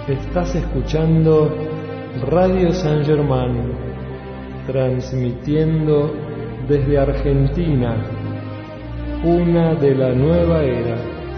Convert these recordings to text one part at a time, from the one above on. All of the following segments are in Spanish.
Estás escuchando Radio San Germán, transmitiendo desde Argentina, una de la nueva era.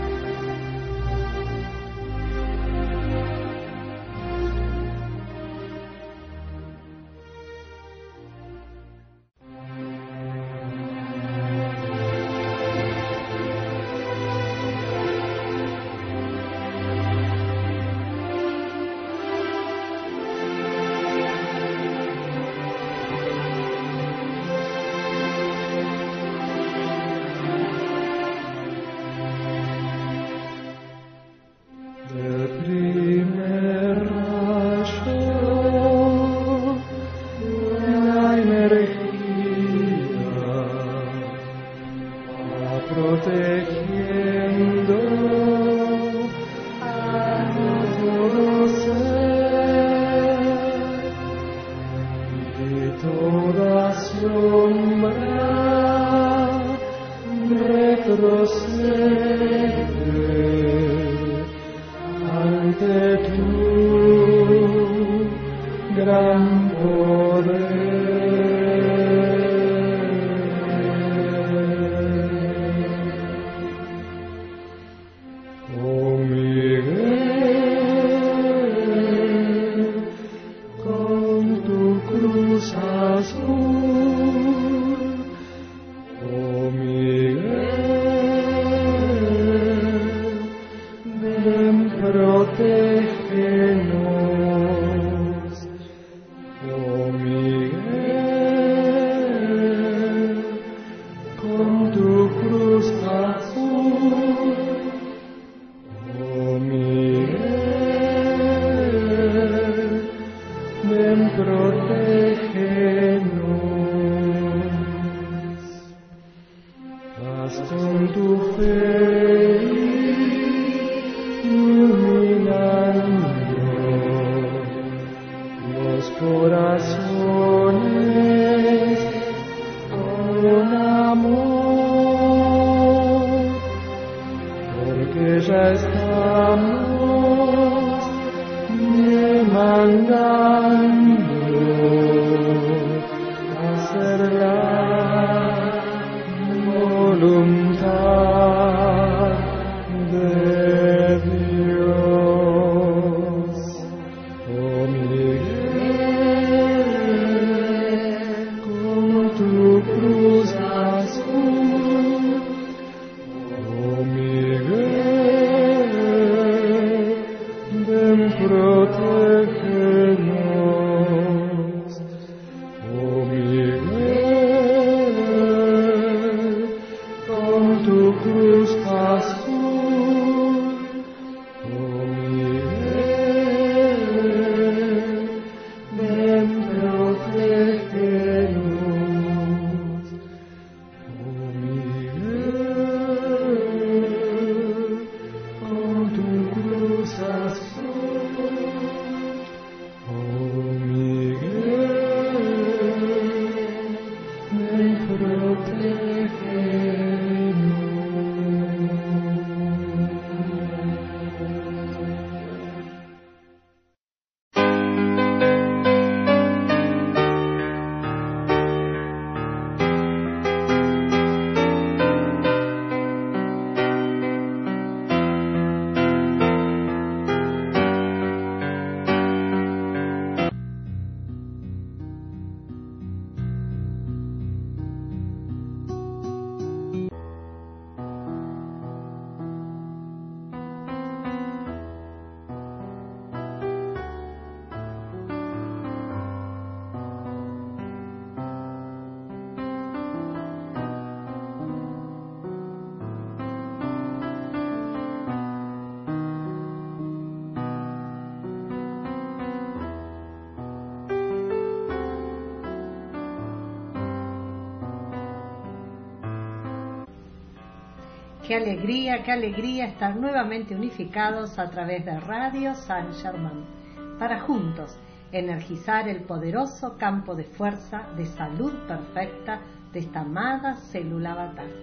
Qué alegría estar nuevamente unificados a través de Radio San Germán, para juntos energizar el poderoso campo de fuerza de salud perfecta de esta amada célula avatar.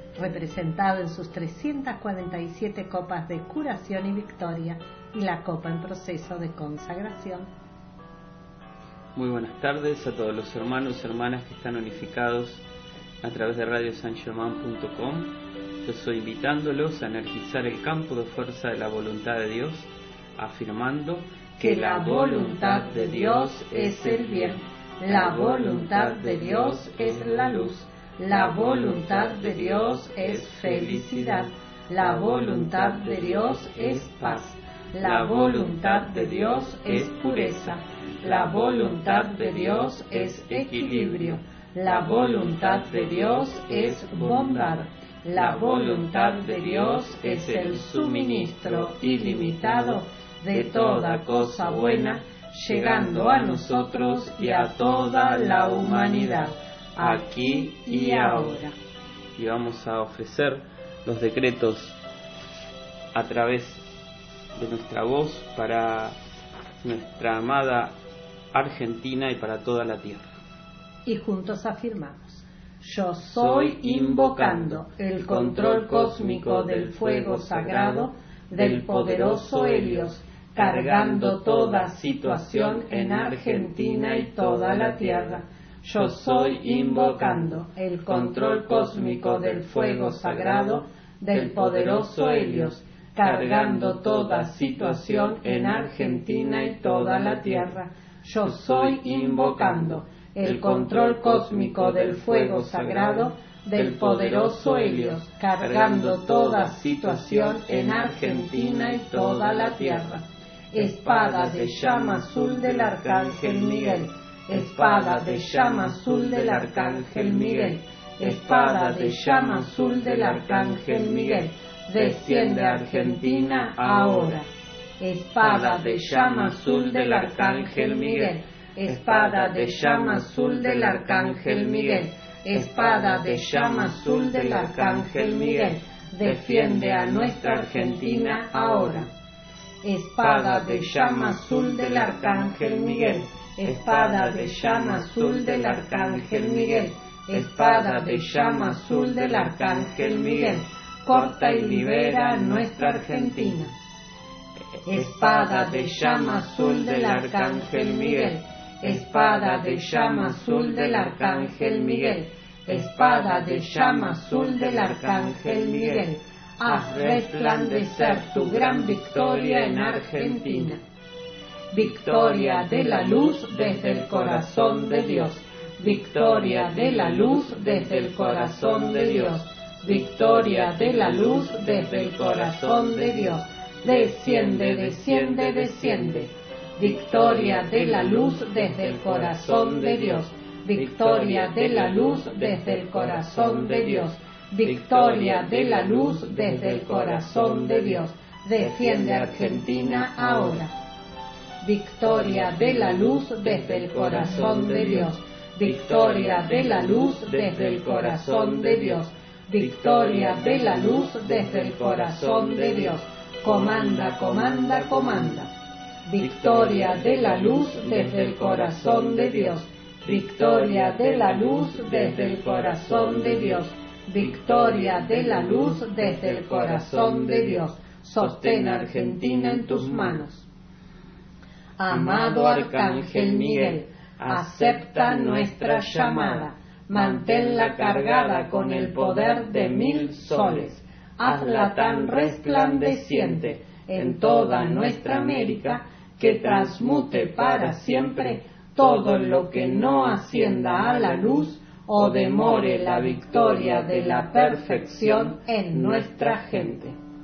representado en sus 347 copas de curación y victoria y la copa en proceso de consagración. Muy buenas tardes a todos los hermanos y hermanas que están unificados a través de radiosangerman.com. Yo estoy invitándolos a energizar el campo de fuerza de la voluntad de Dios, afirmando que la voluntad de Dios es el bien, la voluntad de Dios es la luz, la voluntad de Dios es felicidad, la voluntad de Dios es paz, la voluntad de Dios es pureza, la voluntad de Dios es equilibrio, la voluntad de Dios es bondad, la voluntad de Dios es el suministro ilimitado de toda cosa buena, llegando a nosotros y a toda la humanidad, aquí y ahora. Y vamos a ofrecer los decretos a través de nuestra voz para nuestra amada Argentina y para toda la tierra. Y juntos afirmamos: yo soy invocando el control cósmico del fuego sagrado del poderoso Helios, cargando toda situación en Argentina y toda la tierra. Yo soy invocando el control cósmico del fuego sagrado del poderoso Helios, cargando toda situación en Argentina y toda la tierra. Yo soy invocando el control cósmico del fuego sagrado del poderoso Helios, cargando toda situación en Argentina y toda la tierra. Espada de llama azul del Arcángel Miguel, espada de llama azul del Arcángel Miguel, espada de llama azul del Arcángel Miguel, desciende a Argentina ahora. Espada de llama azul del Arcángel Miguel, espada de llama azul del Arcángel Miguel, espada de llama azul del Arcángel Miguel, defiende a nuestra Argentina ahora. Espada de llama azul del Arcángel Miguel, espada de llama azul del Arcángel Miguel, espada de llama azul del Arcángel Miguel, corta y libera a nuestra Argentina. Espada de llama azul del Arcángel Miguel, espada de llama azul del Arcángel Miguel, espada de llama azul del Arcángel Miguel, haz resplandecer tu gran victoria en Argentina. Victoria de la luz desde el corazón de Dios, victoria de la luz desde el corazón de Dios, victoria de la luz desde el corazón de Dios. Desciende, desciende, desciende. Victoria de la luz desde el corazón de Dios, victoria de la luz desde el corazón de Dios, victoria de la luz desde el corazón de Dios. Defiende a Argentina ahora. Victoria de la luz desde el corazón de Dios, victoria de la luz desde el corazón de Dios, victoria de la luz desde el corazón de Dios. Comanda, comanda, comanda. Victoria de la luz desde el corazón de Dios, victoria de la luz desde el corazón de Dios, victoria de la luz desde el corazón de Dios. Sostén a Argentina en tus manos. Amado Arcángel Miguel, acepta nuestra llamada, manténla cargada con el poder de 1000 soles. Hazla tan resplandeciente en toda nuestra América que transmute para siempre todo lo que no ascienda a la luz o demore la victoria de la perfección en nuestra gente.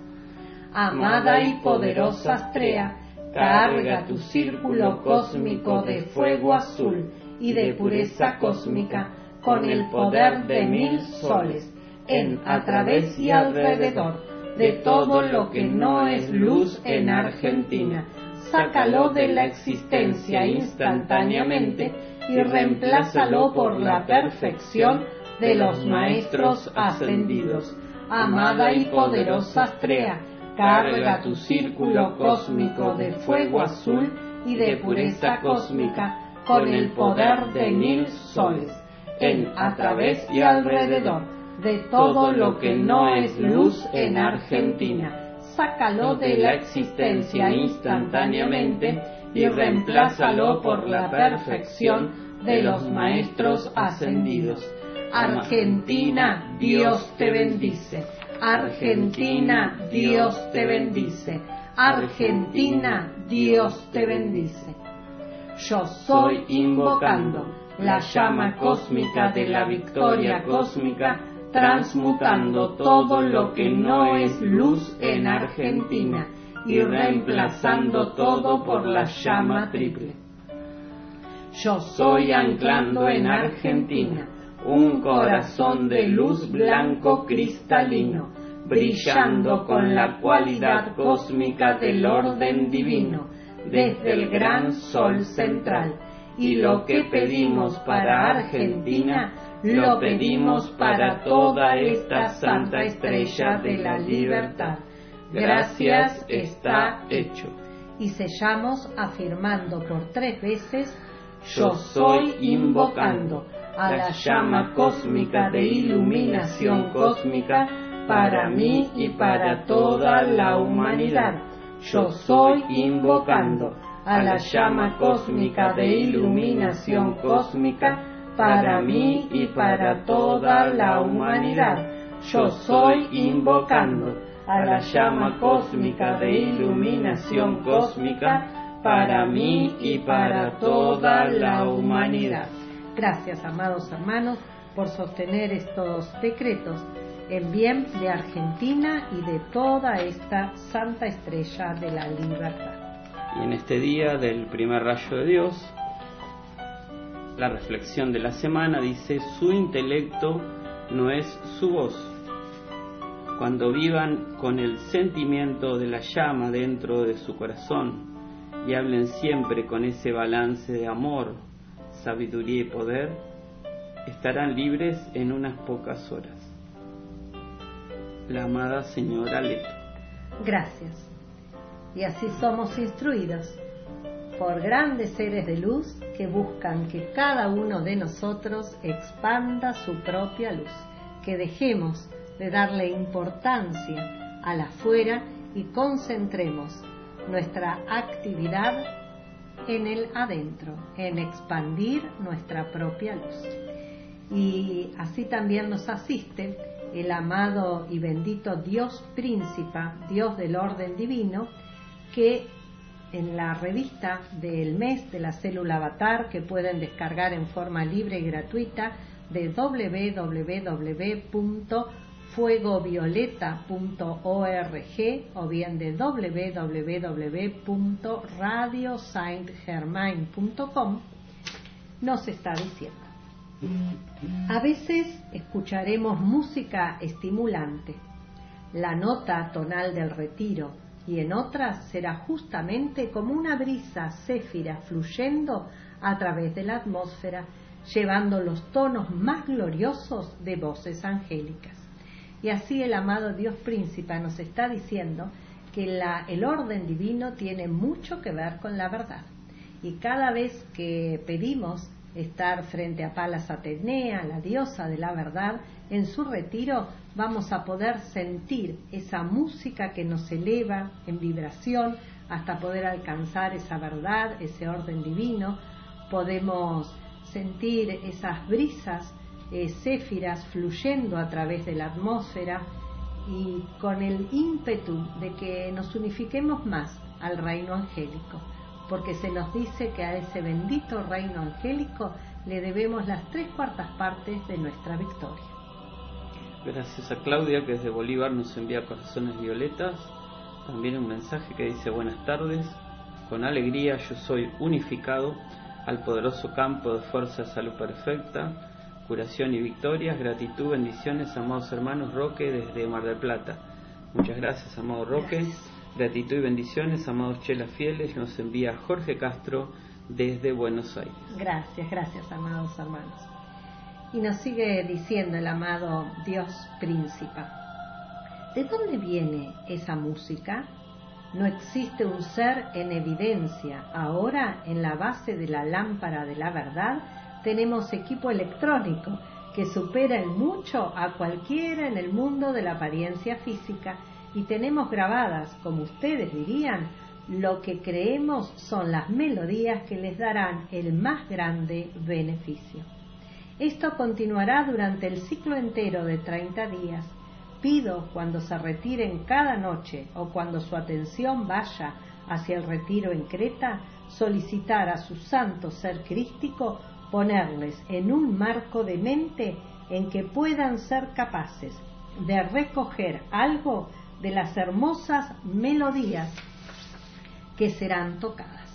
Amada y poderosa Astrea, carga tu círculo cósmico de fuego azul y de pureza cósmica con el poder de 1000 soles en, a través y alrededor de todo lo que no es luz en Argentina. Sácalo de la existencia instantáneamente y reemplázalo por la perfección de los maestros ascendidos. Amada y poderosa Astrea, carga tu círculo cósmico de fuego azul y de pureza cósmica con el poder de 1000 soles en, a través y alrededor de todo lo que no es luz en Argentina. Sácalo de la existencia instantáneamente y reemplázalo por la perfección de los maestros ascendidos. Argentina, Dios te bendice. Argentina, Dios te bendice. Argentina, Dios te bendice. Yo soy invocando la llama cósmica de la victoria cósmica, transmutando todo lo que no es luz en Argentina y reemplazando todo por la llama triple. Yo soy anclando en Argentina un corazón de luz blanco cristalino, brillando con la cualidad cósmica del orden divino, desde el gran sol central. Y lo que pedimos para Argentina, lo pedimos para toda esta santa estrella de la libertad. Gracias, está hecho. Y sellamos afirmando por 3 veces: yo soy invocando a la llama cósmica de iluminación cósmica para mí y para toda la humanidad. Yo soy invocando a la llama cósmica de iluminación cósmica para mí y para toda la humanidad. Yo soy invocando a la llama cósmica de iluminación cósmica para mí y para toda la humanidad. Gracias, amados hermanos, por sostener estos decretos en bien de Argentina y de toda esta santa estrella de la libertad. Y en este día del primer rayo de Dios, la reflexión de la semana dice: su intelecto no es su voz. Cuando vivan con el sentimiento de la llama dentro de su corazón y hablen siempre con ese balance de amor, sabiduría y poder, estarán libres en unas pocas horas. La amada señora Leto. Gracias. Y así somos instruidos por grandes seres de luz que buscan que cada uno de nosotros expanda su propia luz, que dejemos de darle importancia al afuera y concentremos nuestra actividad en el adentro, en expandir nuestra propia luz. Y así también nos asiste el amado y bendito Dios Príncipe, Dios del orden divino, que en la revista del mes de la célula avatar, que pueden descargar en forma libre y gratuita de www.fuegovioleta.org o bien de www.radiosaintgermain.com, nos está diciendo: a veces escucharemos música estimulante, la nota tonal del retiro, y en otras será justamente como una brisa céfira fluyendo a través de la atmósfera, llevando los tonos más gloriosos de voces angélicas. Y así el amado Dios Príncipe nos está diciendo que el orden divino tiene mucho que ver con la verdad. Y cada vez que pedimos estar frente a Palas Atenea, la diosa de la verdad, en su retiro vamos a poder sentir esa música que nos eleva en vibración hasta poder alcanzar esa verdad, ese orden divino. Podemos sentir esas brisas céfiras fluyendo a través de la atmósfera y con el ímpetu de que nos unifiquemos más al reino angélico, porque se nos dice que a ese bendito reino angélico le debemos las 3/4 partes de nuestra victoria. Gracias a Claudia, que desde Bolívar nos envía corazones violetas. También un mensaje que dice: buenas tardes, con alegría yo soy unificado al poderoso campo de fuerza de salud perfecta, curación y victorias. Gratitud, bendiciones, amados hermanos. Roque desde Mar del Plata. Muchas gracias, amado Roque. Gracias. Gratitud y bendiciones, amados chelas fieles. Nos envía Jorge Castro desde Buenos Aires. Gracias, amados hermanos. Y nos sigue diciendo el amado Dios Príncipe: ¿de dónde viene esa música? No existe un ser en evidencia. Ahora, en la base de la lámpara de la verdad, tenemos equipo electrónico que supera en mucho a cualquiera en el mundo de la apariencia física, y tenemos grabadas, como ustedes dirían, lo que creemos son las melodías que les darán el más grande beneficio. Esto continuará durante el ciclo entero de 30 días. Pido, cuando se retiren cada noche o cuando su atención vaya hacia el retiro en Creta, solicitar a su santo ser crístico ponerles en un marco de mente en que puedan ser capaces de recoger algo de las hermosas melodías que serán tocadas.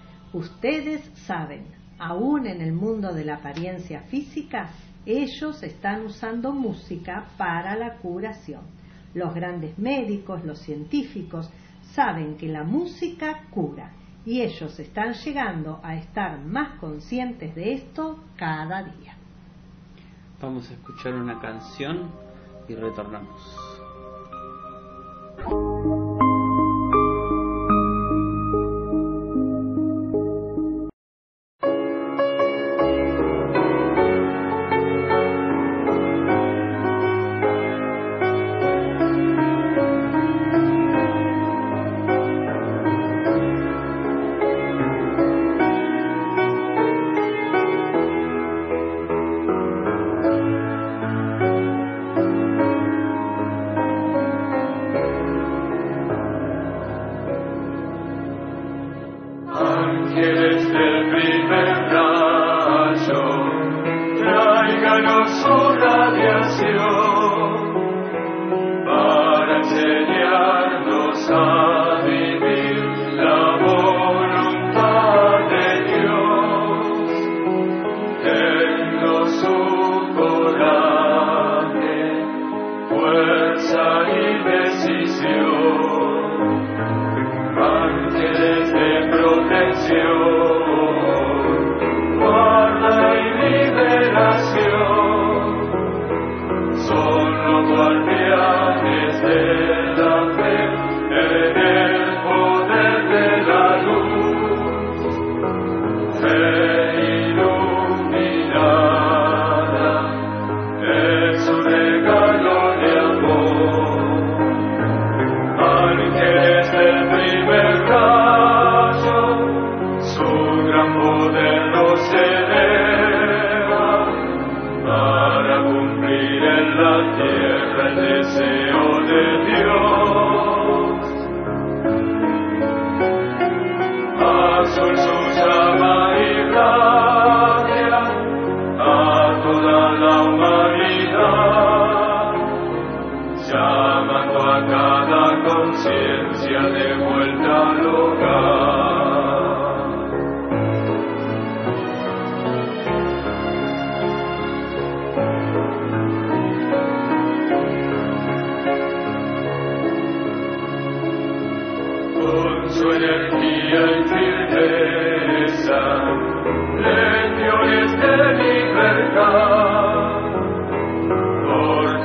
Ustedes saben, aún en el mundo de la apariencia física, ellos están usando música para la curación. Los grandes médicos, los científicos, saben que la música cura, y ellos están llegando a estar más conscientes de esto cada día. Vamos a escuchar una canción y retornamos.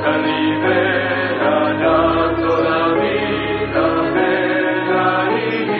Libera toda vida de la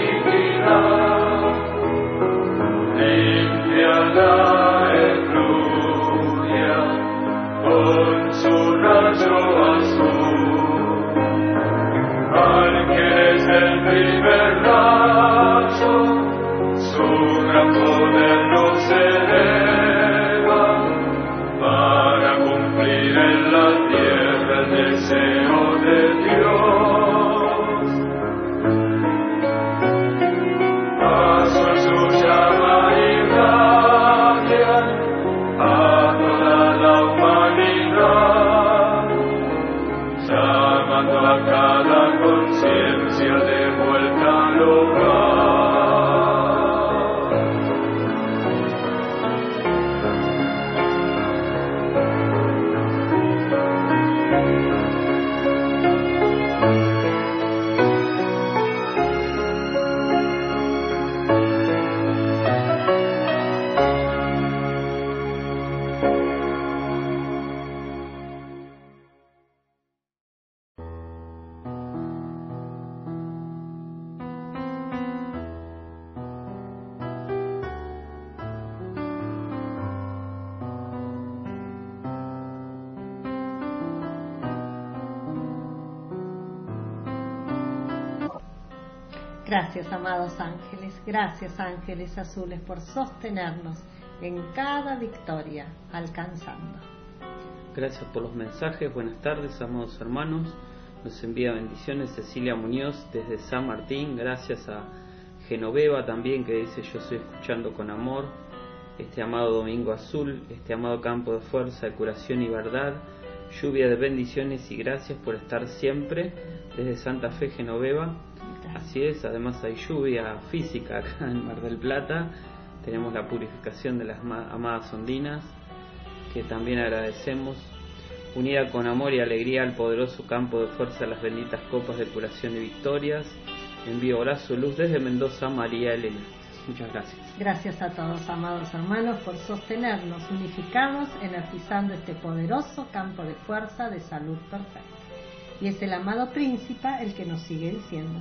Gracias, amados ángeles, gracias, ángeles azules, por sostenernos en cada victoria alcanzando. Gracias por los mensajes. Buenas tardes, amados hermanos. Nos envía bendiciones Cecilia Muñoz desde San Martín. Gracias a Genoveva también, que dice: yo estoy escuchando con amor este amado domingo azul, este amado campo de fuerza, de curación y verdad. Lluvia de bendiciones y gracias por estar siempre desde Santa Fe, Genoveva. Así es, además hay lluvia física acá en Mar del Plata. Tenemos la purificación de las amadas ondinas, que también agradecemos. Unida con amor y alegría al poderoso campo de fuerza, las benditas copas de curación y victorias. Envío abrazo luz desde Mendoza, María Elena. Muchas gracias. Gracias a todos, amados hermanos, por sostenernos unificados, energizando este poderoso campo de fuerza de salud perfecta. Y es el amado príncipe el que nos sigue diciendo: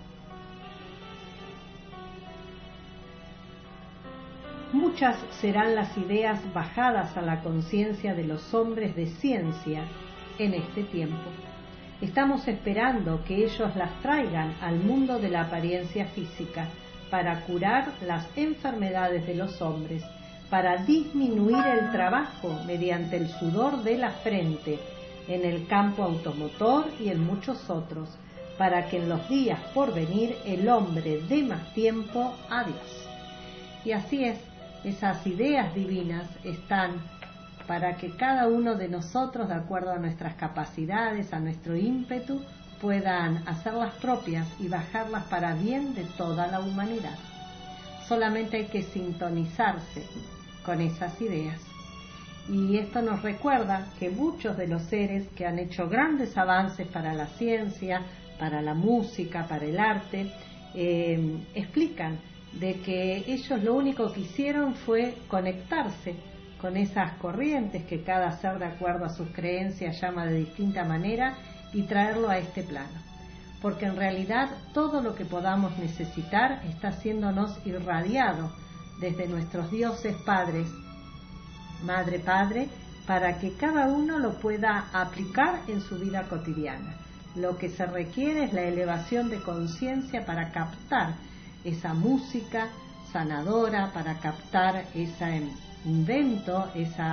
muchas serán las ideas bajadas a la conciencia de los hombres de ciencia en este tiempo. Estamos esperando que ellos las traigan al mundo de la apariencia física para curar las enfermedades de los hombres, para disminuir el trabajo mediante el sudor de la frente en el campo automotor y en muchos otros, para que en los días por venir el hombre dé más tiempo a Dios. Y así es. Esas ideas divinas están para que cada uno de nosotros, de acuerdo a nuestras capacidades, a nuestro ímpetu, puedan hacerlas propias y bajarlas para bien de toda la humanidad. Solamente hay que sintonizarse con esas ideas. Y esto nos recuerda que muchos de los seres que han hecho grandes avances para la ciencia, para la música, para el arte, explican de que ellos lo único que hicieron fue conectarse con esas corrientes que cada ser, de acuerdo a sus creencias, llama de distinta manera, y traerlo a este plano. Porque en realidad todo lo que podamos necesitar está siéndonos irradiado desde nuestros dioses padres, madre, padre, para que cada uno lo pueda aplicar en su vida cotidiana. Lo que se requiere es la elevación de conciencia para captar esa música sanadora, para captar ese invento,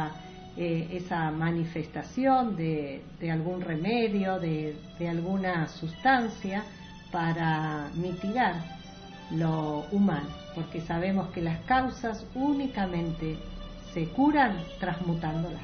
esa manifestación de algún remedio, de alguna sustancia para mitigar lo humano, porque sabemos que las causas únicamente se curan transmutándolas.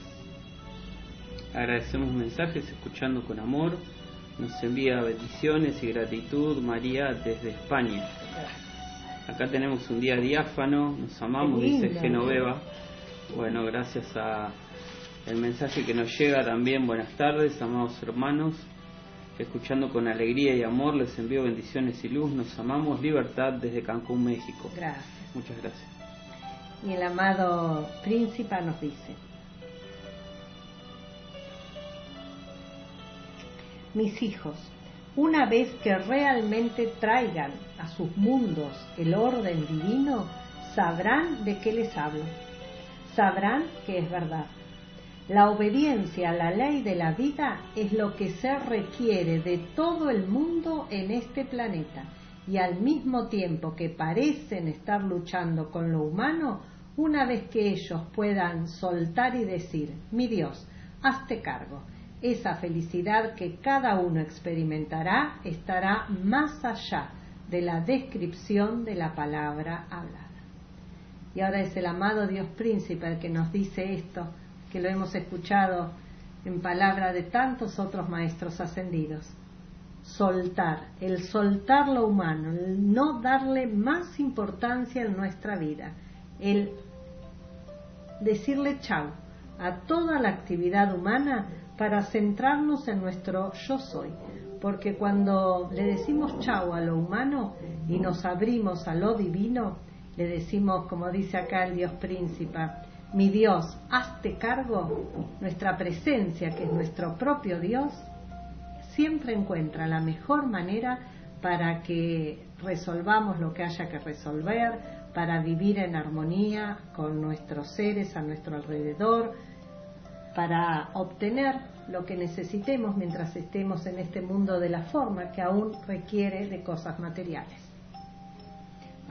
Agradecemos mensajes, escuchando con amor. Nos envía bendiciones y gratitud María desde España. Acá tenemos un día diáfano, nos amamos, dice Genoveva. Bueno, gracias a el mensaje que nos llega también. Buenas tardes, amados hermanos. Escuchando con alegría y amor, les envío bendiciones y luz. Nos amamos, libertad desde Cancún, México. Gracias. Muchas gracias. Y el amado príncipe nos dice: mis hijos, una vez que realmente traigan a sus mundos el orden divino, sabrán de qué les hablo. Sabrán que es verdad. La obediencia a la ley de la vida es lo que se requiere de todo el mundo en este planeta, y al mismo tiempo que parecen estar luchando con lo humano, una vez que ellos puedan soltar y decir: mi Dios, hazte cargo, esa felicidad que cada uno experimentará estará más allá de la descripción de la palabra hablada. Y ahora es el amado Dios Príncipe el que nos dice esto, que lo hemos escuchado en palabra de tantos otros maestros ascendidos. Soltar, el soltar lo humano, el no darle más importancia en nuestra vida, el decirle chau a toda la actividad humana para centrarnos en nuestro yo soy, porque cuando le decimos chau a lo humano y nos abrimos a lo divino, le decimos, como dice acá el Dios Príncipe: mi Dios, hazte cargo. Nuestra presencia, que es nuestro propio Dios, siempre encuentra la mejor manera para que resolvamos lo que haya que resolver, para vivir en armonía con nuestros seres a nuestro alrededor, para obtener lo que necesitemos mientras estemos en este mundo de la forma, que aún requiere de cosas materiales.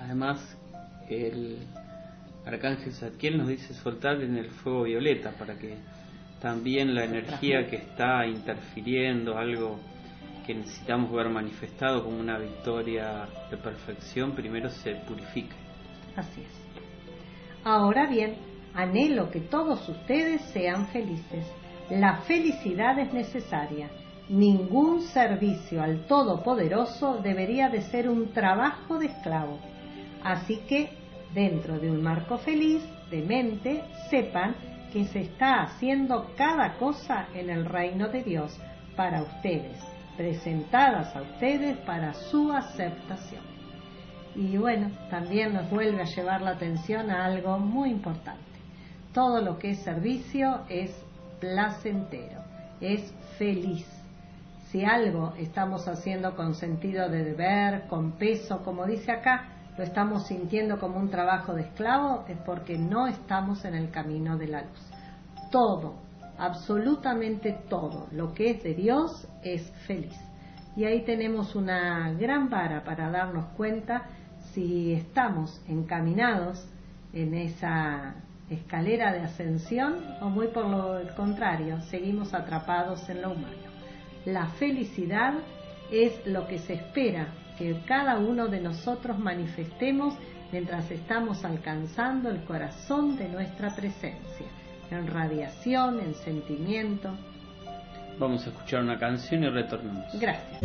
Además, el Arcángel Zadkiel nos dice soltar en el fuego violeta para que también la energía que está interfiriendo, algo que necesitamos ver manifestado como una victoria de perfección, primero se purifique. Así es. Ahora bien, anhelo que todos ustedes sean felices. La felicidad es necesaria. Ningún servicio al Todopoderoso debería de ser un trabajo de esclavo. Así que, dentro de un marco feliz de mente, sepan que se está haciendo cada cosa en el reino de Dios para ustedes, presentadas a ustedes para su aceptación. Y bueno, también nos vuelve a llevar la atención a algo muy importante. Todo lo que es servicio es placentero, es feliz. Si algo estamos haciendo con sentido de deber, con peso, como dice acá, lo estamos sintiendo como un trabajo de esclavo, es porque no estamos en el camino de la luz. Todo, absolutamente todo lo que es de Dios es feliz. Y ahí tenemos una gran vara para darnos cuenta si estamos encaminados en esa escalera de ascensión o muy por lo contrario, seguimos atrapados en lo humano. La felicidad es lo que se espera que cada uno de nosotros manifestemos mientras estamos alcanzando el corazón de nuestra presencia, en radiación, en sentimiento. Vamos a escuchar una canción y retornamos. Gracias.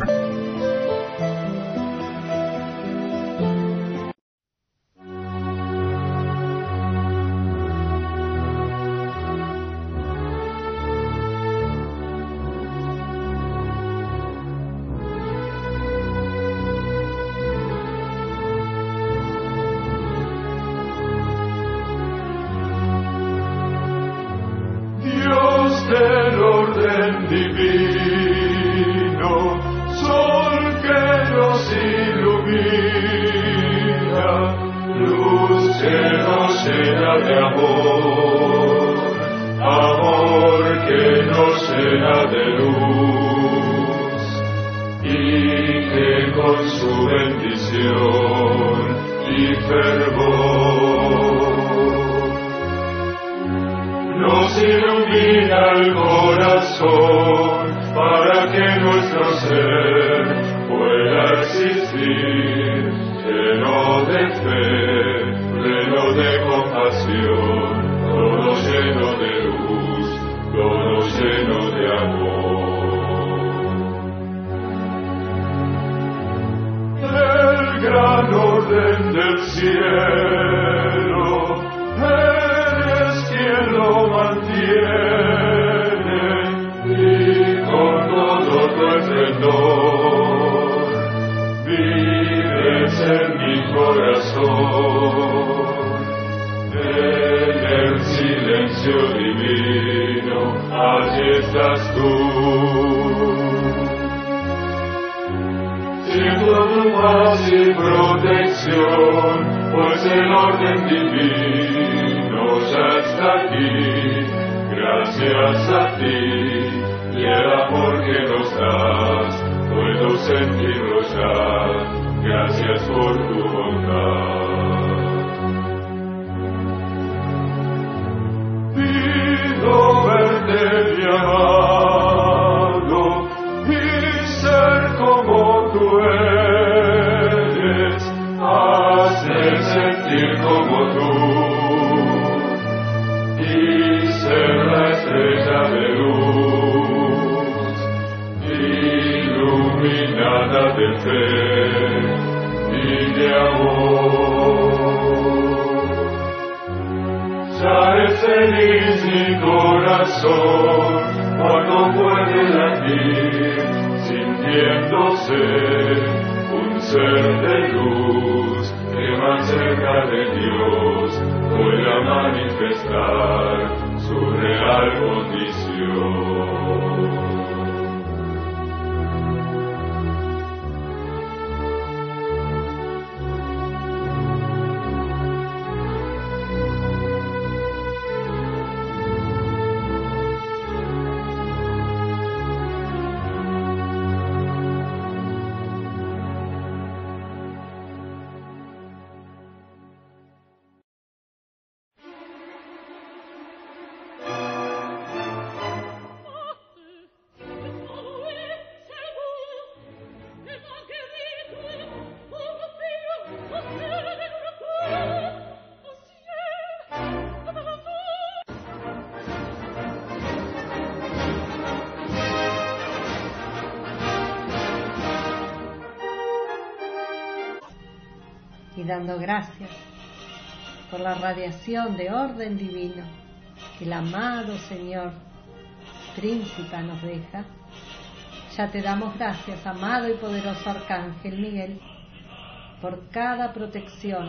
y dando gracias por la radiación de orden divino que el amado Señor Príncipe nos deja, ya te damos gracias, amado y poderoso Arcángel Miguel, por cada protección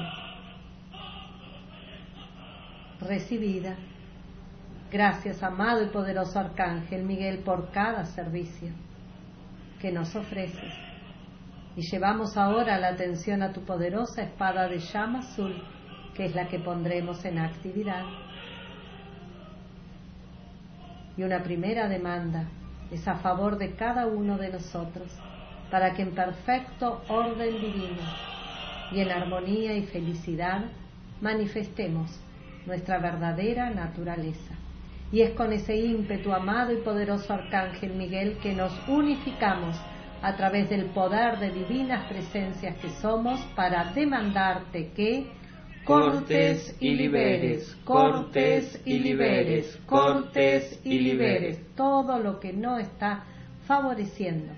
recibida. Gracias, amado y poderoso Arcángel Miguel, por cada servicio que nos ofreces. Y llevamos ahora la atención a tu poderosa espada de llama azul, que es la que pondremos en actividad. Y una primera demanda es a favor de cada uno de nosotros, para que en perfecto orden divino y en armonía y felicidad manifestemos nuestra verdadera naturaleza. Y es con ese ímpetu, amado y poderoso Arcángel Miguel, que nos unificamos a través del poder de divinas presencias que somos para demandarte que cortes y liberes, cortes y liberes, cortes y liberes todo lo que no está favoreciendo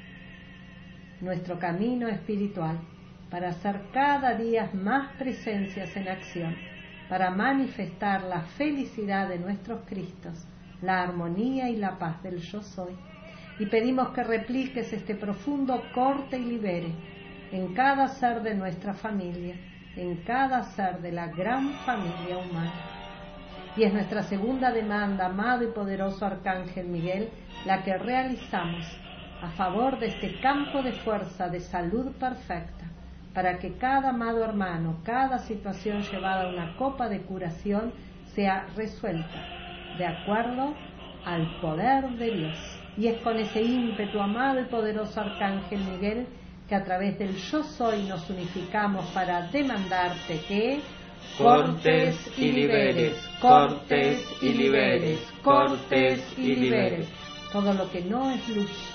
nuestro camino espiritual, para hacer cada día más presencias en acción, para manifestar la felicidad de nuestros Cristos, la armonía y la paz del Yo Soy. Y pedimos que repliques este profundo corte y libere en cada ser de nuestra familia, en cada ser de la gran familia humana. Y es nuestra segunda demanda, amado y poderoso Arcángel Miguel, la que realizamos a favor de este campo de fuerza de salud perfecta, para que cada amado hermano, cada situación llevada a una copa de curación sea resuelta de acuerdo al poder de Dios. Y es con ese ímpetu, amado y poderoso Arcángel Miguel, que a través del Yo Soy nos unificamos para demandarte que cortes y liberes, cortes y liberes, cortes y liberes todo lo que no es luz.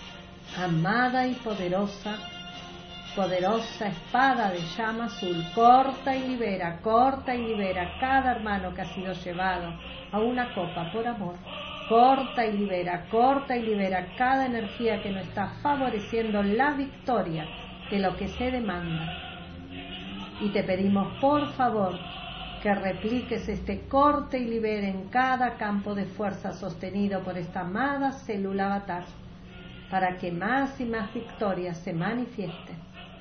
Amada y poderosa espada de llama azul, corta y libera cada hermano que ha sido llevado a una copa por amor. Corta y libera cada energía que no está favoreciendo la victoria de lo que se demanda. Y te pedimos, por favor, que repliques este corte y libere en cada campo de fuerza sostenido por esta amada célula avatar, para que más y más victorias se manifiesten.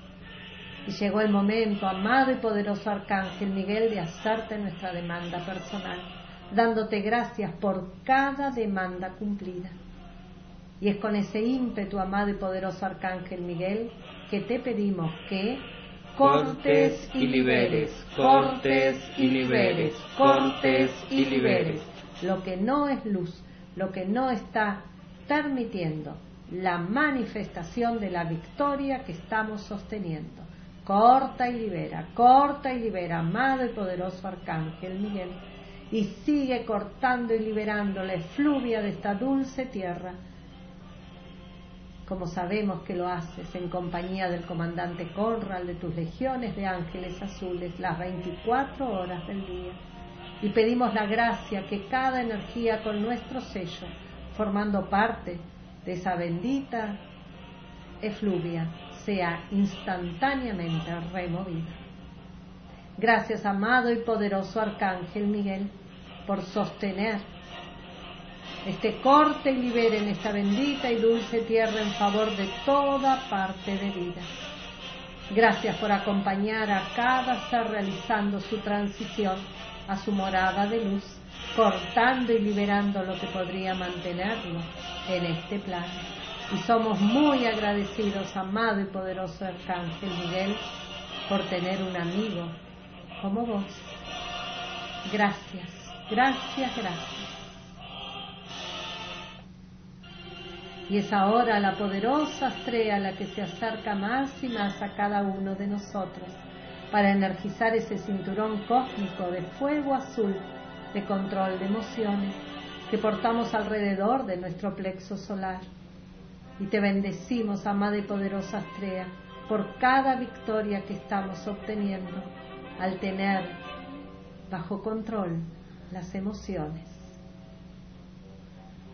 Y llegó el momento, amado y poderoso Arcángel Miguel, de hacerte nuestra demanda personal, dándote gracias por cada demanda cumplida. Y es con ese ímpetu, amado y poderoso Arcángel Miguel, que te pedimos que cortes y liberes, cortes y liberes, cortes y liberes lo que no es luz, lo que no está permitiendo la manifestación de la victoria que estamos sosteniendo. Corta y libera, amado y poderoso Arcángel Miguel, y sigue cortando y liberando la efluvia de esta dulce tierra, como sabemos que lo haces en compañía del comandante Conrad, de tus legiones de ángeles azules, las 24 horas del día. Y pedimos la gracia que cada energía con nuestro sello, formando parte de esa bendita efluvia, sea instantáneamente removida. Gracias, amado y poderoso Arcángel Miguel, por sostener este corte y libere en esta bendita y dulce tierra en favor de toda parte de vida. Gracias por acompañar a cada ser realizando su transición a su morada de luz, cortando y liberando lo que podría mantenerlo en este plano. Y somos muy agradecidos, amado y poderoso Arcángel Miguel, por tener un amigo como vos. Gracias, gracias, gracias. Y es ahora la poderosa estrella la que se acerca más y más a cada uno de nosotros para energizar ese cinturón cósmico de fuego azul de control de emociones que portamos alrededor de nuestro plexo solar. Y te bendecimos, amada y poderosa estrella, por cada victoria que estamos obteniendo al tener bajo control las emociones.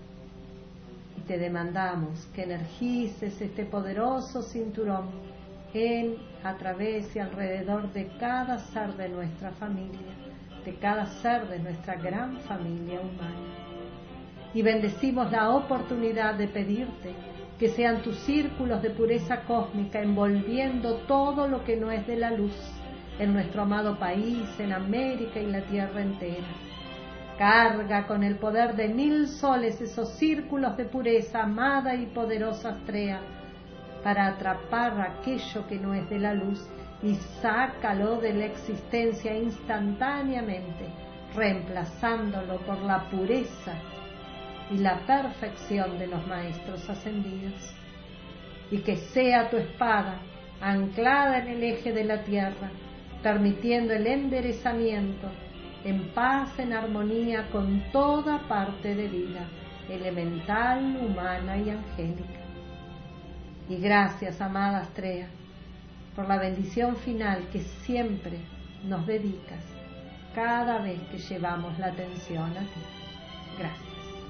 Y te demandamos que energices este poderoso cinturón a través y alrededor de cada ser de nuestra familia, de cada ser de nuestra gran familia humana. Y bendecimos la oportunidad de pedirte que sean tus círculos de pureza cósmica envolviendo todo lo que no es de la luz en nuestro amado país, en América y la tierra entera. Carga con el poder de 1000 soles esos círculos de pureza, amada y poderosa Astrea, para atrapar aquello que no es de la luz y sácalo de la existencia instantáneamente, reemplazándolo por la pureza y la perfección de los maestros ascendidos. Y que sea tu espada anclada en el eje de la tierra, permitiendo el enderezamiento en paz, en armonía con toda parte de vida, elemental, humana y angélica. Y gracias, amada Astrea, por la bendición final que siempre nos dedicas cada vez que llevamos la atención a ti. Gracias.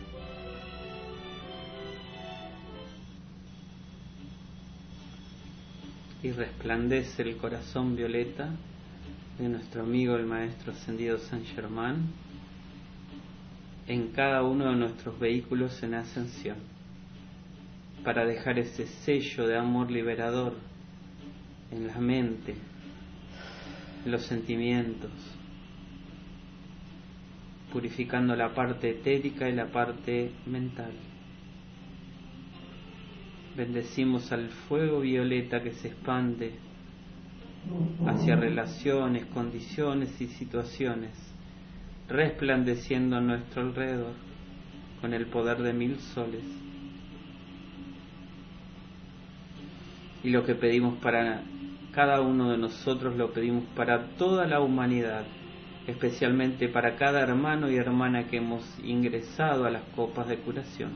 Y resplandece el corazón violeta de nuestro amigo el Maestro Ascendido Saint Germain en cada uno de nuestros vehículos en ascensión, para dejar ese sello de amor liberador en la mente, en los sentimientos, purificando la parte etérica y la parte mental. Bendecimos al fuego violeta que se expande hacia relaciones, condiciones y situaciones, resplandeciendo a nuestro alrededor con el poder de 1000 soles. Y lo que pedimos para cada uno de nosotros lo pedimos para toda la humanidad, especialmente para cada hermano y hermana que hemos ingresado a las copas de curación.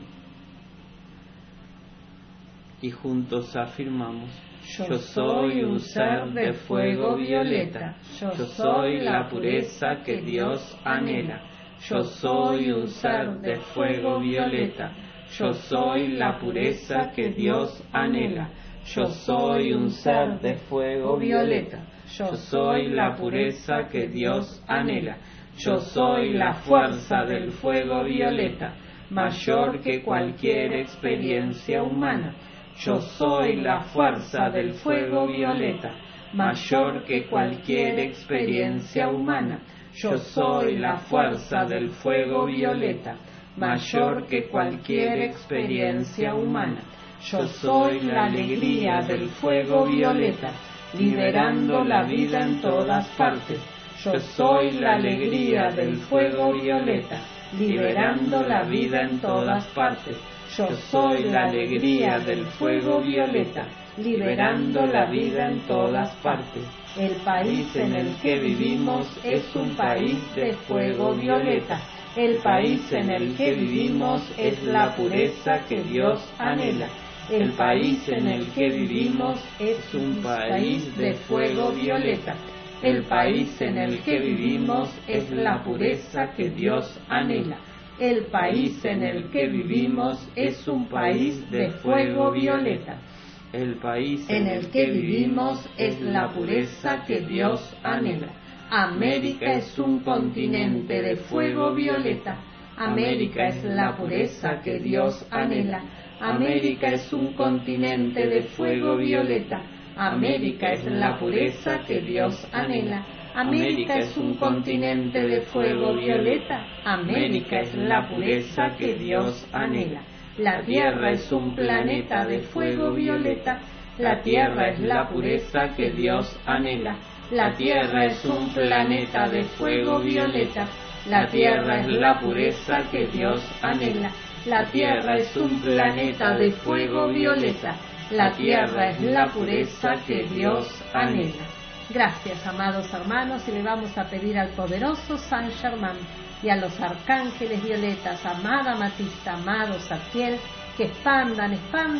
Y juntos afirmamos: yo soy un ser de fuego violeta, yo soy la pureza que Dios anhela, yo soy un ser de fuego violeta, yo soy la pureza que Dios anhela, yo soy un ser de fuego violeta, yo soy la pureza que Dios anhela, yo soy la fuerza del fuego violeta, mayor que cualquier experiencia humana. Yo soy la fuerza del fuego violeta, mayor que cualquier experiencia humana. Yo soy la fuerza del fuego violeta, mayor que cualquier experiencia humana. Yo soy la alegría del fuego violeta, liberando la vida en todas partes. Yo soy la alegría del fuego violeta, liberando la vida en todas partes. Yo soy la alegría del fuego violeta, liberando la vida en todas partes. El país en el que vivimos es un país de fuego violeta. El país en el que vivimos es la pureza que Dios anhela. El país en el que vivimos es un país de fuego violeta. El país en el que vivimos es la pureza que Dios anhela. El país en el que vivimos es un país de fuego violeta. El país en el que vivimos es la pureza que Dios anhela. América es un continente de fuego violeta. América es la pureza que Dios anhela. América es un continente de fuego violeta. América es la pureza que Dios anhela. América es un continente de fuego violeta. América es la pureza que Dios anhela. La Tierra es un planeta de fuego violeta. La Tierra es la pureza que Dios anhela. La Tierra es un planeta de fuego violeta. La Tierra es la pureza que Dios anhela. La Tierra es un planeta de fuego violeta. La Tierra es la pureza que Dios anhela. Gracias, amados hermanos, y le vamos a pedir al poderoso Saint Germain y a los arcángeles violetas, amada Matista, amado Zadkiel, que expandan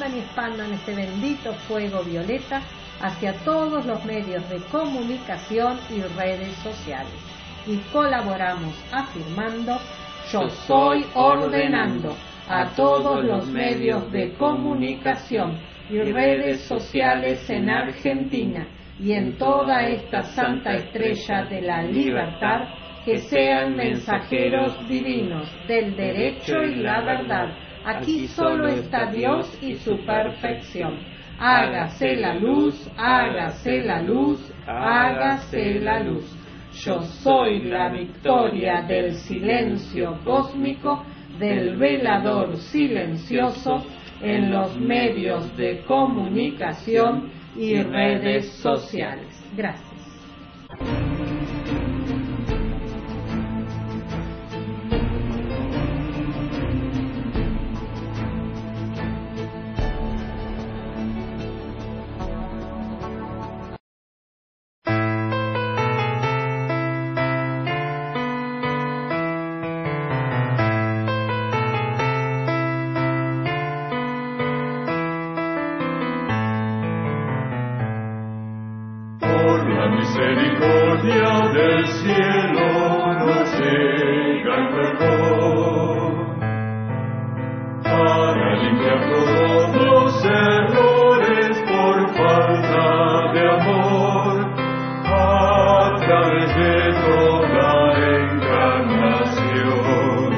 este bendito fuego violeta hacia todos los medios de comunicación y redes sociales. Y colaboramos afirmando: yo soy ordenando a todos los medios de comunicación y redes sociales en Argentina y en toda esta santa estrella de la libertad, que sean mensajeros divinos del derecho y la verdad. Aquí solo está Dios y su perfección. Hágase la luz, hágase la luz, hágase la luz. Yo soy la victoria del silencio cósmico, del velador silencioso en los medios de comunicación y redes sociales. Gracias. Misericordia del cielo nos llega el perdón para limpiar todos los errores por falta de amor a través de toda encarnación.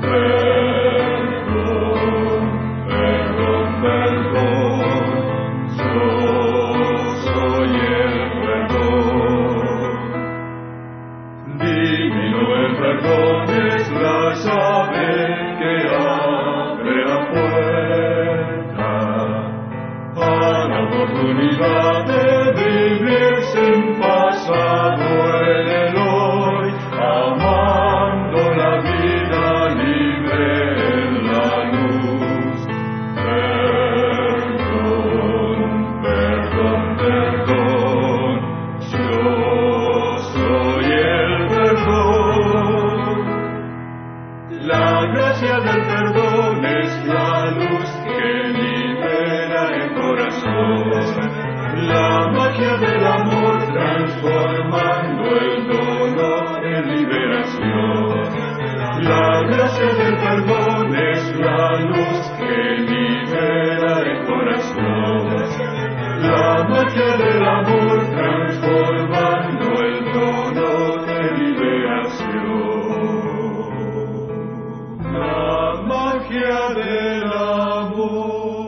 Perdón, perdón, perdón, yo soy el perdón es la llave que abre la puerta a la oportunidad de vivir sin pasado en el hoy, amando la vida libre en la luz. Perdón, perdón, perdón, yo soy el perdón. La gracia del perdón es la luz que libera el corazón, la magia del amor transformando el dolor en liberación. La gracia del perdón es la luz que libera el corazón, la magia del amor transformando el dolor en liberación. La magia del amor.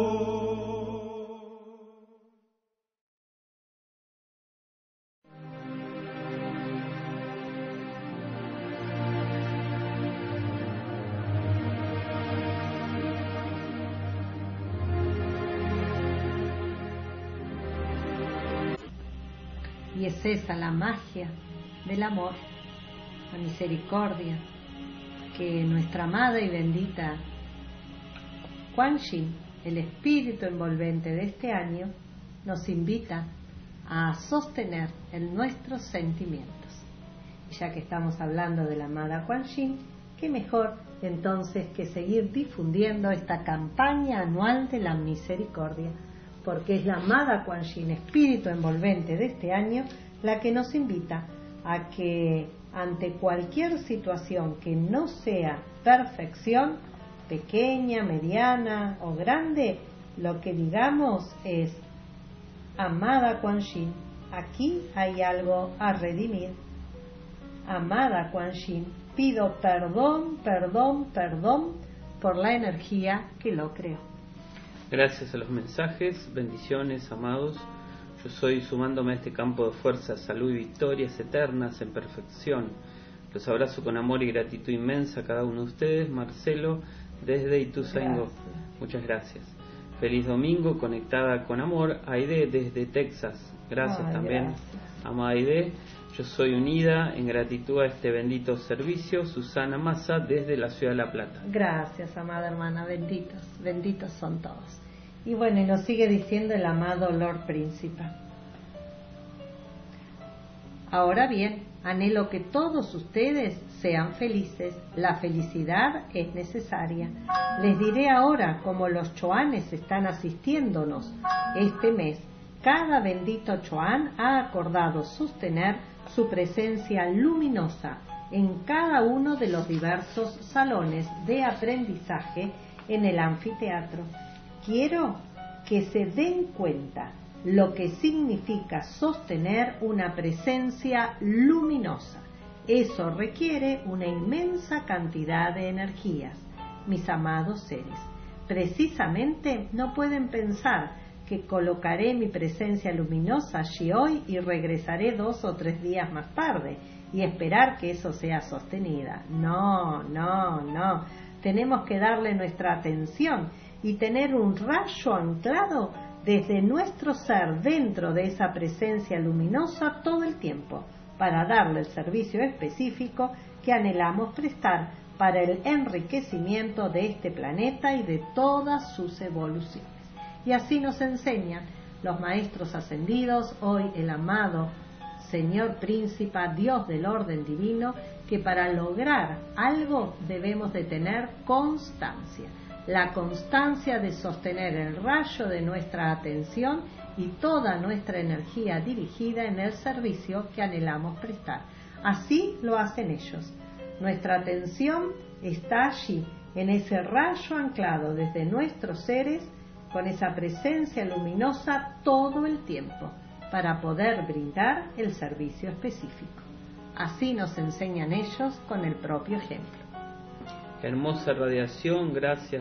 Y es esa la magia del amor, la misericordia, que nuestra amada y bendita Kuan Yin, el espíritu envolvente de este año, nos invita a sostener en nuestros sentimientos. Y ya que estamos hablando de la amada Kuan Yin, qué mejor entonces que seguir difundiendo esta campaña anual de la misericordia, porque es la amada Kuan Yin, espíritu envolvente de este año, la que nos invita a que ante cualquier situación que no sea perfección, pequeña, mediana o grande, lo que digamos es: amada Kuan Yin, aquí hay algo a redimir. Amada Kuan Yin, pido perdón, perdón, perdón por la energía que lo creó. Gracias a los mensajes, bendiciones, amados. Yo soy, sumándome a este campo de fuerza, salud y victorias eternas en perfección. Los abrazo con amor y gratitud inmensa a cada uno de ustedes. Marcelo, desde Ituzaingó. Muchas gracias. Feliz domingo, conectada con amor. Aide, desde Texas. Gracias también, amada Aide. Yo soy unida en gratitud a este bendito servicio. Susana Massa, desde la ciudad de La Plata. Gracias, amada hermana. Benditos, benditos son todos. Y bueno, y nos sigue diciendo el amado Lord Príncipe. Ahora bien, anhelo que todos ustedes sean felices. La felicidad es necesaria. Les diré ahora cómo los choanes están asistiéndonos este mes. Cada bendito choan ha acordado sostener su presencia luminosa en cada uno de los diversos salones de aprendizaje en el anfiteatro. Quiero que se den cuenta lo que significa sostener una presencia luminosa. Eso requiere una inmensa cantidad de energías, mis amados seres. Precisamente no pueden pensar que colocaré mi presencia luminosa allí hoy y regresaré 2 o 3 días más tarde y esperar que eso sea sostenida. No. Tenemos que darle nuestra atención y tener un rayo anclado desde nuestro ser dentro de esa presencia luminosa todo el tiempo, para darle el servicio específico que anhelamos prestar para el enriquecimiento de este planeta y de todas sus evoluciones. Y así nos enseñan los maestros ascendidos, hoy el amado Señor Príncipe, Dios del orden divino, que para lograr algo debemos de tener constancia. La constancia de sostener el rayo de nuestra atención y toda nuestra energía dirigida en el servicio que anhelamos prestar. Así lo hacen ellos. Nuestra atención está allí, en ese rayo anclado desde nuestros seres, con esa presencia luminosa todo el tiempo, para poder brindar el servicio específico. Así nos enseñan ellos con el propio ejemplo. Hermosa radiación, gracias.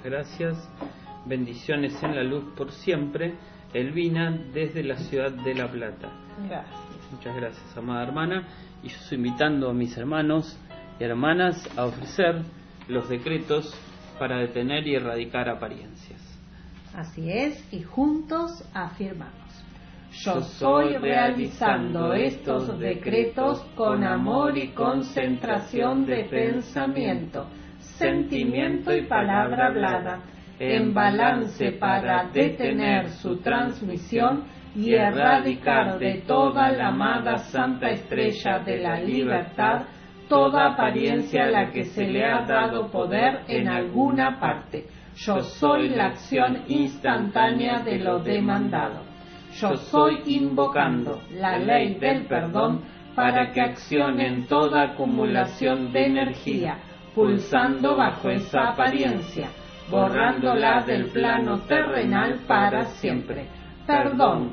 Bendiciones en la luz por siempre. Elvina, desde la ciudad de La Plata. Gracias. Muchas gracias, amada hermana. Y yo estoy invitando a mis hermanos y hermanas a ofrecer los decretos para detener y erradicar apariencias. Así es, y juntos afirmamos: yo soy realizando estos decretos con amor y concentración de pensamiento, sentimiento y palabra hablada, en balance para detener su transmisión y erradicar de toda la amada Santa Estrella de la Libertad toda apariencia a la que se le ha dado poder en alguna parte. Yo soy la acción instantánea de lo demandado. Yo soy invocando la ley del perdón para que accione en toda acumulación de energía, pulsando bajo esa apariencia, borrándola del plano terrenal para siempre. Perdón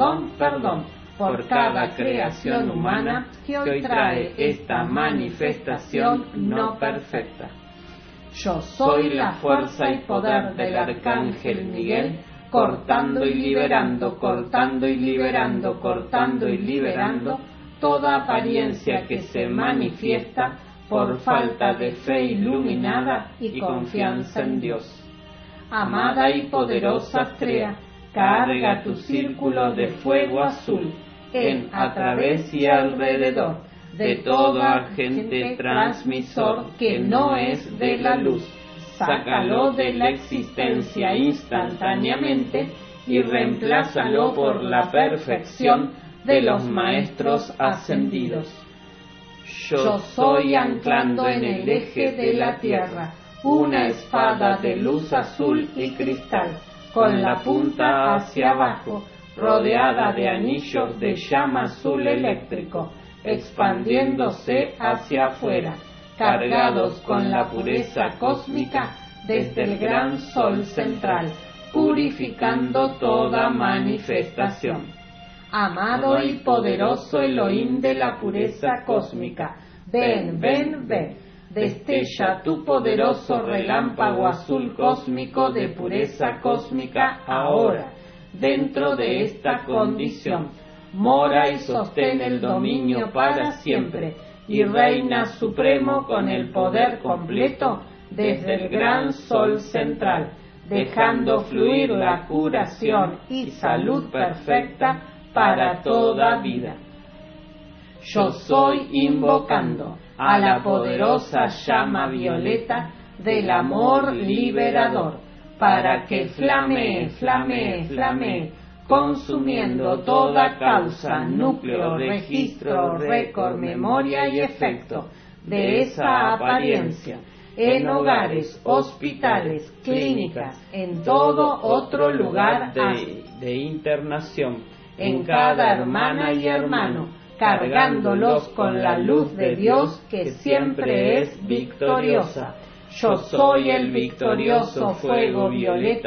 por cada creación humana que hoy trae esta manifestación no perfecta. Yo soy la fuerza y poder del Arcángel Miguel, cortando y liberando toda apariencia que se manifiesta por falta de fe iluminada y confianza en Dios. Amada y poderosa Astrea, carga tu círculo de fuego azul en, a través y alrededor de todo agente transmisor que no es de la luz. Sácalo de la existencia instantáneamente y reemplázalo por la perfección de los maestros ascendidos. Yo soy anclando en el eje de la tierra una espada de luz azul y cristal, con la punta hacia abajo, rodeada de anillos de llama azul eléctrico, expandiéndose hacia afuera, cargados con la pureza cósmica desde el gran sol central, purificando toda manifestación. Amado y poderoso Elohim de la pureza cósmica, ven, destella tu poderoso relámpago azul cósmico de pureza cósmica ahora, dentro de esta condición. Mora y sostén el dominio para siempre, y reina supremo con el poder completo desde el gran sol central, dejando fluir la curación y salud perfecta para toda vida. Yo soy invocando a la poderosa llama violeta del amor liberador, para que flamee, consumiendo toda causa, núcleo, registro, récord, memoria y efecto de esa apariencia, en hogares, hospitales, clínicas, en todo otro lugar de internación, en cada hermana y hermano, cargándolos con la luz de Dios que siempre es victoriosa. Yo soy el victorioso fuego violeta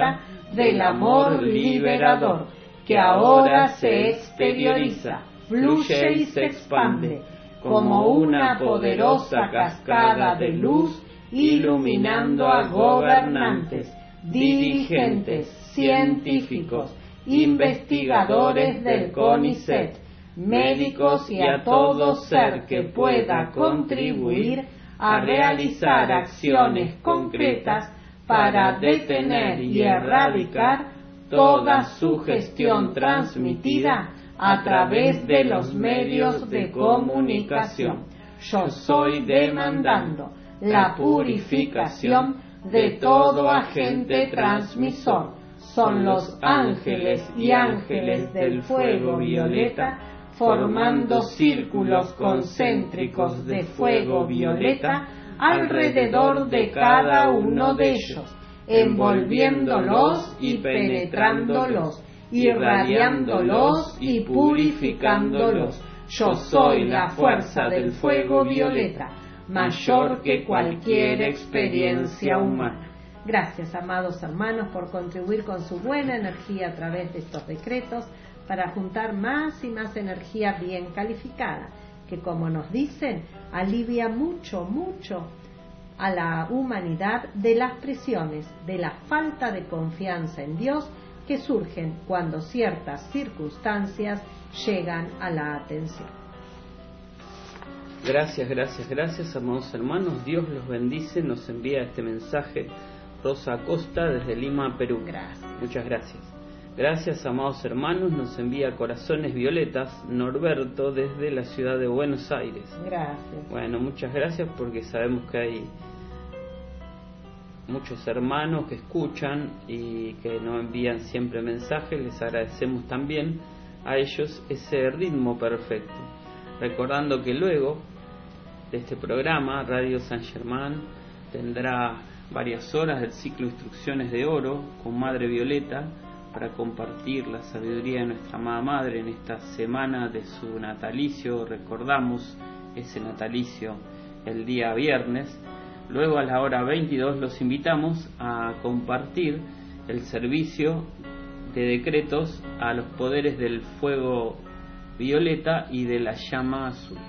del amor liberador, que ahora se exterioriza, fluye y se expande como una poderosa cascada de luz, iluminando a gobernantes, dirigentes, científicos, investigadores del CONICET, médicos y a todo ser que pueda contribuir a realizar acciones concretas para detener y erradicar toda sugestión transmitida a través de los medios de comunicación. Yo soy demandando la purificación de todo agente transmisor. Son los ángeles y ángeles del fuego violeta, formando círculos concéntricos de fuego violeta alrededor de cada uno de ellos, envolviéndolos y penetrándolos, irradiándolos y purificándolos. Yo soy la fuerza del fuego violeta, mayor que cualquier experiencia humana. Gracias, amados hermanos, por contribuir con su buena energía a través de estos decretos para juntar más y más energía bien calificada, que, como nos dicen, alivia mucho a la humanidad de las presiones, de la falta de confianza en Dios que surgen cuando ciertas circunstancias llegan a la atención. Gracias, amados hermanos. Dios los bendice. Nos envía este mensaje Rosa Acosta desde Lima, Perú. Gracias. Muchas gracias. Gracias, amados hermanos. Nos envía corazones violetas Norberto desde la ciudad de Buenos Aires. Gracias. Bueno, muchas gracias, porque sabemos que hay muchos hermanos que escuchan y que nos envían siempre mensajes. Les agradecemos también a ellos ese ritmo perfecto. Recordando que luego de este programa, Radio San Germán tendrá varias horas del ciclo Instrucciones de Oro con Madre Violeta para compartir la sabiduría de nuestra amada Madre en esta semana de su natalicio. Recordamos ese natalicio el día viernes. Luego, a la hora 22, los invitamos a compartir el servicio de decretos a los poderes del fuego violeta y de la llama azul.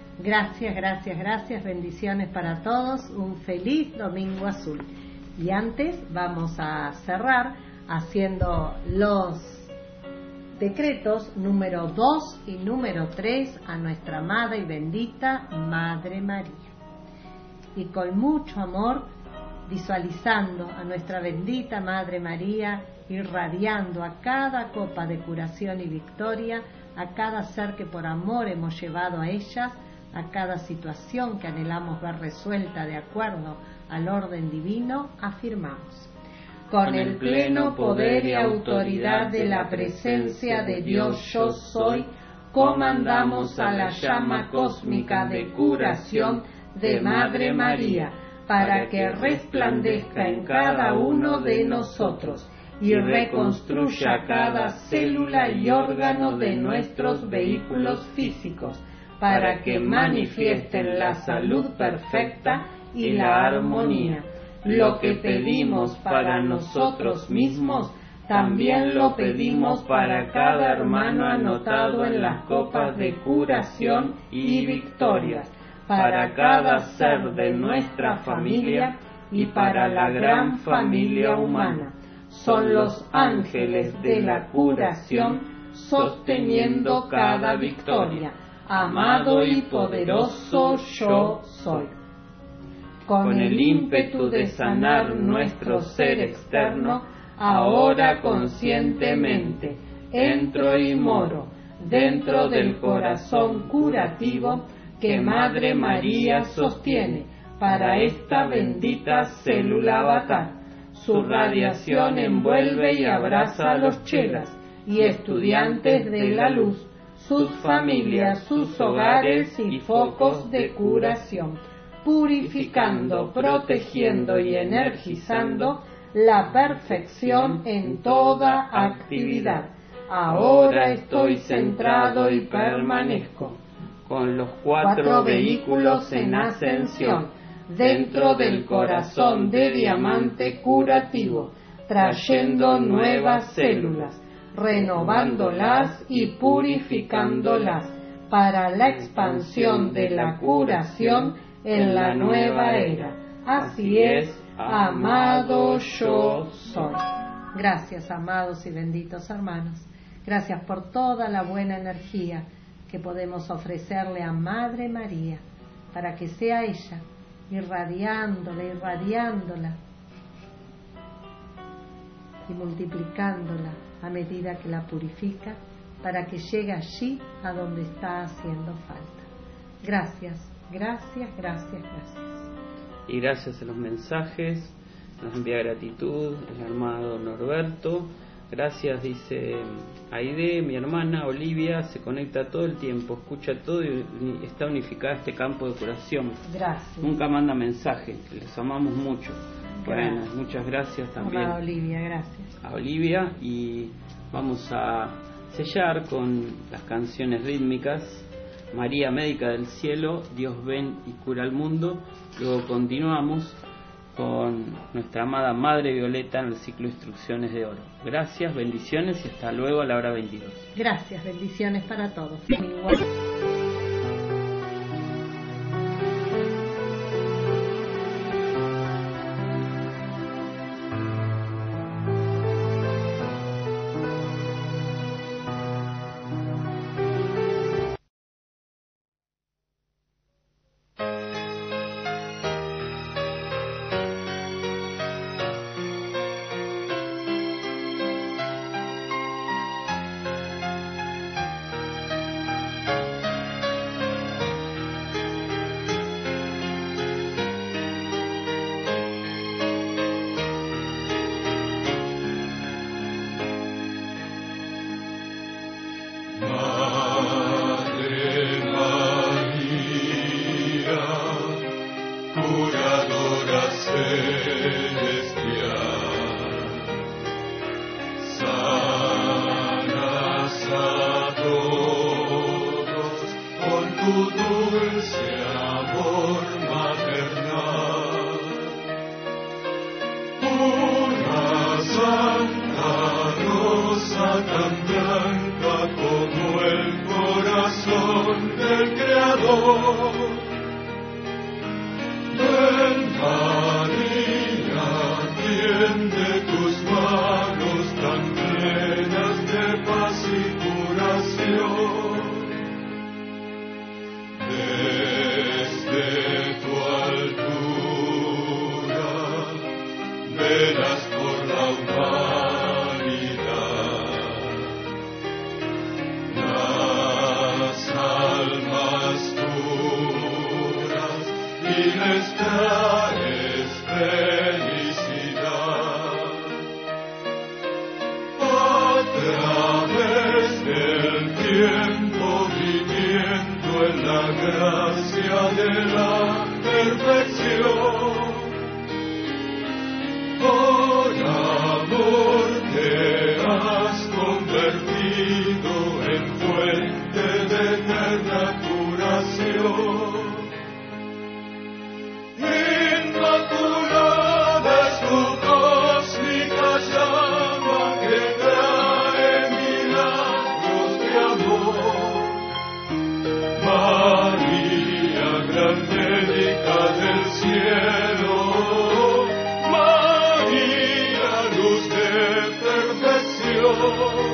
Gracias. Bendiciones para todos. Un feliz domingo azul. Y antes vamos a cerrar haciendo los decretos número 2 y número 3 a nuestra amada y bendita Madre María. Y con mucho amor, visualizando a nuestra bendita Madre María irradiando a cada copa de curación y victoria, a cada ser que por amor hemos llevado a ellas, a cada situación que anhelamos ver resuelta de acuerdo al orden divino, afirmamos: con el pleno poder y autoridad de la presencia de Dios Yo Soy, comandamos a la llama cósmica de curación de Madre María, para que resplandezca en cada uno de nosotros y reconstruya cada célula y órgano de nuestros vehículos físicos, para que manifiesten la salud perfecta y la armonía. Lo que pedimos para nosotros mismos, también lo pedimos para cada hermano anotado en las copas de curación y victorias, para cada ser de nuestra familia y para la gran familia humana. Son los ángeles de la curación sosteniendo cada victoria. Amado y poderoso Yo Soy. Con el ímpetu de sanar nuestro ser externo, ahora conscientemente entro y moro dentro del corazón curativo que Madre María sostiene para esta bendita célula avatar. Su radiación envuelve y abraza a los chelas y estudiantes de la luz, sus familias, sus hogares y focos de curación, purificando, protegiendo y energizando la perfección en toda actividad. Ahora estoy centrado y permanezco con los 4 vehículos en ascensión, dentro del corazón de diamante curativo, trayendo nuevas células, renovándolas y purificándolas para la expansión de la curación en la nueva era. Así es, amado yo soy. Gracias, amados y benditos hermanos. Gracias por toda la buena energía que podemos ofrecerle a Madre María, para que sea ella irradiándola y multiplicándola a medida que la purifica, para que llegue allí a donde está haciendo falta. Gracias, gracias, gracias, gracias. Y gracias a los mensajes, nos envía gratitud el hermano Norberto. Gracias, dice Aide, mi hermana Olivia se conecta todo el tiempo, escucha todo y está unificada este campo de curación. Gracias. Nunca manda mensaje, les amamos mucho. Bueno, muchas gracias también a Olivia, gracias. A Olivia, y vamos a sellar con las canciones rítmicas María, médica del cielo, Dios ven y cura al mundo. Luego continuamos con nuestra amada Madre Violeta en el ciclo Instrucciones de Oro. Gracias, bendiciones y hasta luego a la hora 22. Gracias, bendiciones para todos. María, luz de perfección.